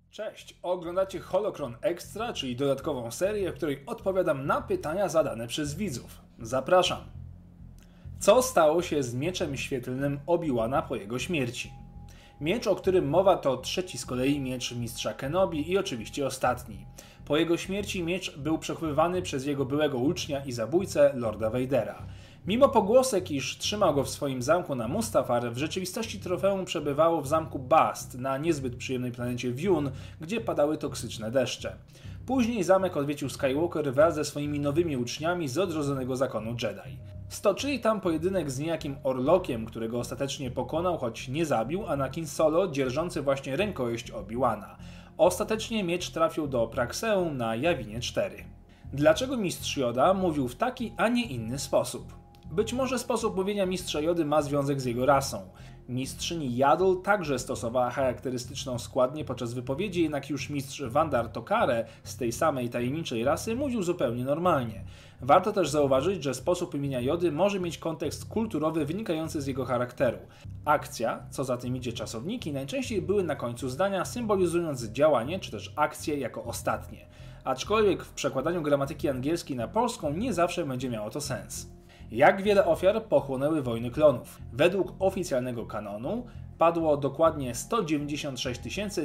Cześć, oglądacie Holocron Extra, czyli dodatkową serię, w której odpowiadam na pytania zadane przez widzów. Zapraszam! Co stało się z mieczem świetlnym Obi-Wana po jego śmierci? Miecz, o którym mowa, to trzeci z kolei miecz mistrza Kenobi i oczywiście ostatni. Po jego śmierci miecz był przechowywany przez jego byłego ucznia i zabójcę, Lorda Vadera. Mimo pogłosek, iż trzymał go w swoim zamku na Mustafar, w rzeczywistości trofeum przebywało w zamku Bast na niezbyt przyjemnej planecie Vune, gdzie padały toksyczne deszcze. Później zamek odwiedził Skywalker wraz ze swoimi nowymi uczniami z odrodzonego zakonu Jedi. Stoczyli tam pojedynek z niejakim Orlokiem, którego ostatecznie pokonał, choć nie zabił, Anakin Solo, dzierżący właśnie rękojeść Obi-Wana. Ostatecznie miecz trafił do Praxeum na Jawinie 4. Dlaczego mistrz Yoda mówił w taki, a nie inny sposób? Być może sposób mówienia mistrza Jody ma związek z jego rasą. Mistrzyni Yaddle także stosowała charakterystyczną składnię podczas wypowiedzi, jednak już mistrz Vandar Tokare z tej samej tajemniczej rasy mówił zupełnie normalnie. Warto też zauważyć, że sposób imienia Jody może mieć kontekst kulturowy wynikający z jego charakteru. Akcja, co za tym idzie czasowniki, najczęściej były na końcu zdania, symbolizując działanie czy też akcję jako ostatnie. Aczkolwiek w przekładaniu gramatyki angielskiej na polską nie zawsze będzie miało to sens. Jak wiele ofiar pochłonęły Wojny Klonów? Według oficjalnego kanonu padło dokładnie 196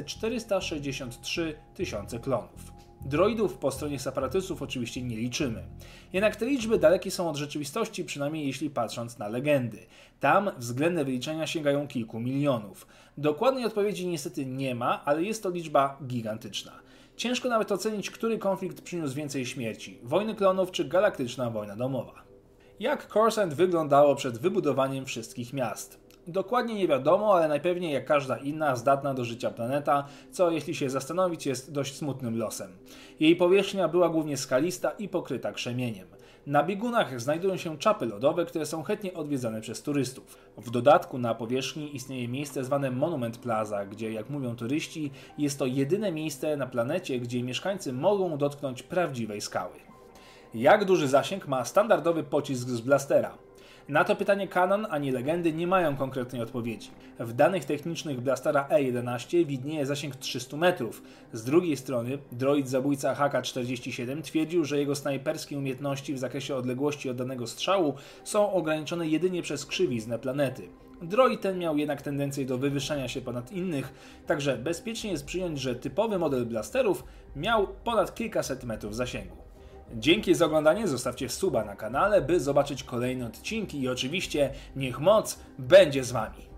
463 tysiące klonów. Droidów po stronie separatystów oczywiście nie liczymy. Jednak te liczby dalekie są od rzeczywistości, przynajmniej jeśli patrząc na legendy. Tam względne wyliczenia sięgają kilku milionów. Dokładnej odpowiedzi niestety nie ma, ale jest to liczba gigantyczna. Ciężko nawet ocenić, który konflikt przyniósł więcej śmierci. Wojny Klonów czy galaktyczna wojna domowa. Jak Coruscant wyglądało przed wybudowaniem wszystkich miast? Dokładnie nie wiadomo, ale najpewniej jak każda inna zdatna do życia planeta, co jeśli się zastanowić jest dość smutnym losem. Jej powierzchnia była głównie skalista i pokryta krzemieniem. Na biegunach znajdują się czapy lodowe, które są chętnie odwiedzane przez turystów. W dodatku na powierzchni istnieje miejsce zwane Monument Plaza, gdzie, jak mówią turyści, jest to jedyne miejsce na planecie, gdzie mieszkańcy mogą dotknąć prawdziwej skały. Jak duży zasięg ma standardowy pocisk z blastera? Na to pytanie kanon ani legendy nie mają konkretnej odpowiedzi. W danych technicznych blastera E11 widnieje zasięg 300 metrów. Z drugiej strony droid zabójca HK-47 twierdził, że jego snajperskie umiejętności w zakresie odległości od danego strzału są ograniczone jedynie przez krzywiznę planety. Droid ten miał jednak tendencję do wywyższania się ponad innych, także bezpiecznie jest przyjąć, że typowy model blasterów miał ponad kilkaset metrów zasięgu. Dzięki za oglądanie, zostawcie suba na kanale, by zobaczyć kolejne odcinki i oczywiście niech moc będzie z wami.